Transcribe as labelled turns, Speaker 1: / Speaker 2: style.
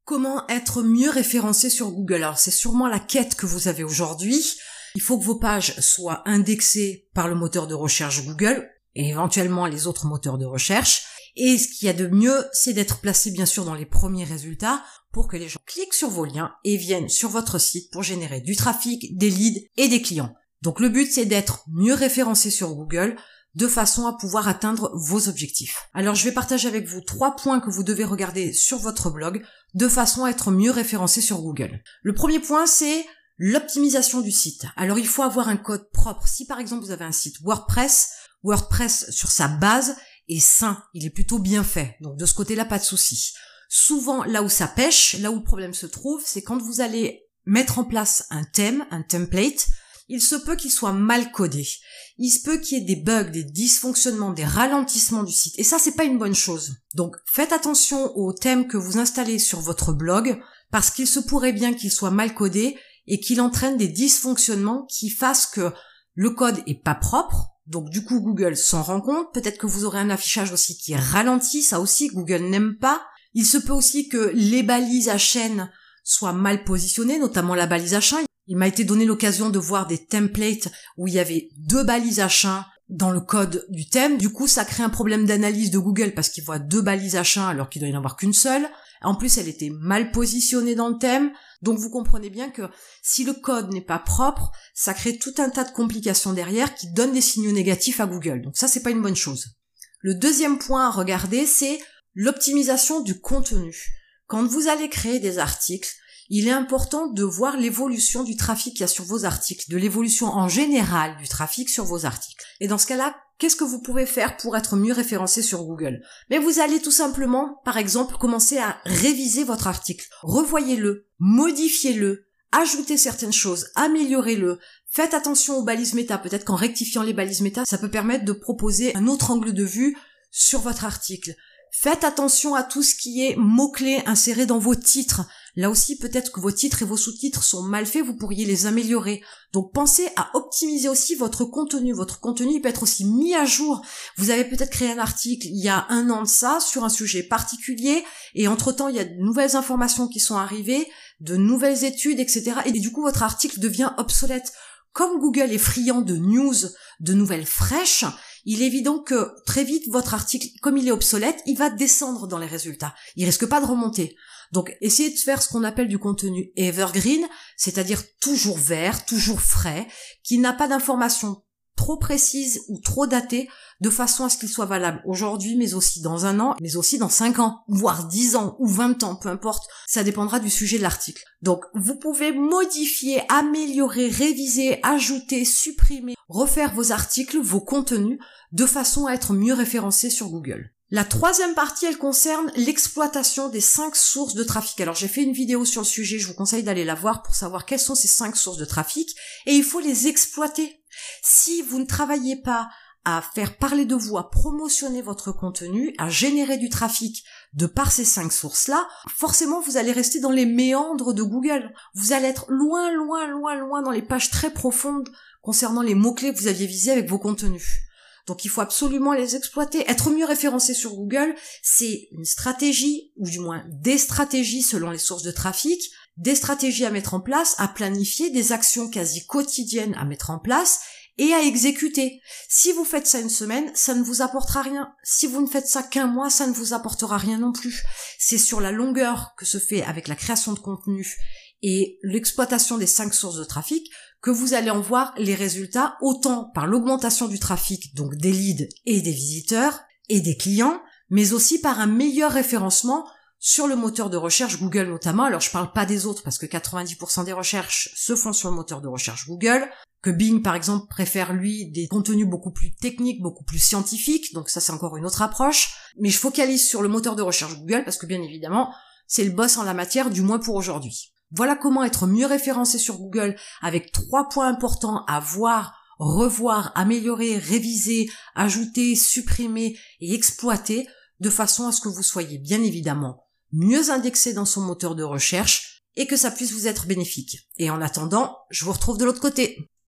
Speaker 1: Comment être mieux référencé sur Google? Alors c'est sûrement la quête que vous avez aujourd'hui. Il faut que vos pages soient indexées par le moteur de recherche Google et éventuellement les autres moteurs de recherche. Et ce qu'il y a de mieux, c'est d'être placé bien sûr dans les premiers résultats pour que les gens cliquent sur vos liens et viennent sur votre site pour générer du trafic, des leads et des clients. Donc le but, c'est d'être mieux référencé sur Google de façon à pouvoir atteindre vos objectifs. Alors je vais partager avec vous 3 points que vous devez regarder sur votre blog de façon à être mieux référencé sur Google. Le premier point, c'est l'optimisation du site. Alors il faut avoir un code propre. Si par exemple vous avez un site WordPress sur sa base est sain, il est plutôt bien fait. Donc de ce côté-là, pas de souci. Souvent, là où ça pêche, là où le problème se trouve, c'est quand vous allez mettre en place un thème, un template, il se peut qu'il soit mal codé. Il se peut qu'il y ait des bugs, des dysfonctionnements, des ralentissements du site. Et ça, c'est pas une bonne chose. Donc, faites attention aux thèmes que vous installez sur votre blog, parce qu'il se pourrait bien qu'il soit mal codé et qu'il entraîne des dysfonctionnements qui fassent que le code est pas propre. Donc, du coup, Google s'en rend compte. Peut-être que vous aurez un affichage aussi qui est ralenti. Ça aussi, Google n'aime pas. Il se peut aussi que les balises à chaîne soient mal positionnées, notamment la balise H1. Il m'a été donné l'occasion de voir des templates où il y avait 2 balises H1 dans le code du thème. Du coup, ça crée un problème d'analyse de Google parce qu'il voit 2 balises H1 alors qu'il doit y en avoir qu'une seule. En plus, elle était mal positionnée dans le thème. Donc, vous comprenez bien que si le code n'est pas propre, ça crée tout un tas de complications derrière qui donnent des signaux négatifs à Google. Donc ça, c'est pas une bonne chose. Le deuxième point à regarder, c'est l'optimisation du contenu. Quand vous allez créer des articles, il est important de voir l'évolution du trafic qu'il y a sur vos articles, de l'évolution en général du trafic sur vos articles. Et dans ce cas-là, qu'est-ce que vous pouvez faire pour être mieux référencé sur Google? Mais vous allez tout simplement, par exemple, commencer à réviser votre article. Revoyez-le, modifiez-le, ajoutez certaines choses, améliorez-le. Faites attention aux balises méta. Peut-être qu'en rectifiant les balises méta, ça peut permettre de proposer un autre angle de vue sur votre article. Faites attention à tout ce qui est mots-clés insérés dans vos titres. Là aussi, peut-être que vos titres et vos sous-titres sont mal faits, vous pourriez les améliorer. Donc pensez à optimiser aussi votre contenu. Votre contenu il peut être aussi mis à jour. Vous avez peut-être créé un article il y a 1 an de ça sur un sujet particulier et entre-temps, il y a de nouvelles informations qui sont arrivées, de nouvelles études, etc. Et du coup, votre article devient obsolète. Comme Google est friand de news, de nouvelles fraîches, il est évident que très vite, votre article, comme il est obsolète, il va descendre dans les résultats. Il risque pas de remonter. Donc, essayez de faire ce qu'on appelle du contenu evergreen, c'est-à-dire toujours vert, toujours frais, qui n'a pas d'informations trop précises ou trop datées, de façon à ce qu'il soit valable aujourd'hui, mais aussi dans 1 an, mais aussi dans 5 ans, voire 10 ans, ou 20 ans, peu importe. Ça dépendra du sujet de l'article. Donc, vous pouvez modifier, améliorer, réviser, ajouter, supprimer, refaire vos articles, vos contenus, de façon à être mieux référencé sur Google. La 3e partie, elle concerne l'exploitation des 5 sources de trafic. Alors, j'ai fait une vidéo sur le sujet, je vous conseille d'aller la voir pour savoir quelles sont ces 5 sources de trafic, et il faut les exploiter. Si vous ne travaillez pas à faire parler de vous, à promotionner votre contenu, à générer du trafic de par ces 5 sources-là, forcément vous allez rester dans les méandres de Google. Vous allez être loin, loin, loin, loin dans les pages très profondes concernant les mots-clés que vous aviez visés avec vos contenus. Donc il faut absolument les exploiter. Être mieux référencé sur Google, c'est une stratégie, ou du moins des stratégies selon les sources de trafic, des stratégies à mettre en place, à planifier, des actions quasi quotidiennes à mettre en place, et à exécuter. Si vous faites ça 1 semaine, ça ne vous apportera rien. Si vous ne faites ça qu'1 mois, ça ne vous apportera rien non plus. C'est sur la longueur que se fait avec la création de contenu et l'exploitation des 5 sources de trafic que vous allez en voir les résultats, autant par l'augmentation du trafic, donc des leads et des visiteurs et des clients, mais aussi par un meilleur référencement sur le moteur de recherche Google notamment. Alors je parle pas des autres parce que 90% des recherches se font sur le moteur de recherche Google, que Bing par exemple préfère lui des contenus beaucoup plus techniques, beaucoup plus scientifiques, donc ça c'est encore une autre approche, mais je focalise sur le moteur de recherche Google parce que bien évidemment c'est le boss en la matière, du moins pour aujourd'hui. Voilà comment être mieux référencé sur Google avec 3 points importants à voir, revoir, améliorer, réviser, ajouter, supprimer et exploiter de façon à ce que vous soyez bien évidemment mieux indexé dans son moteur de recherche et que ça puisse vous être bénéfique. Et en attendant, je vous retrouve de l'autre côté.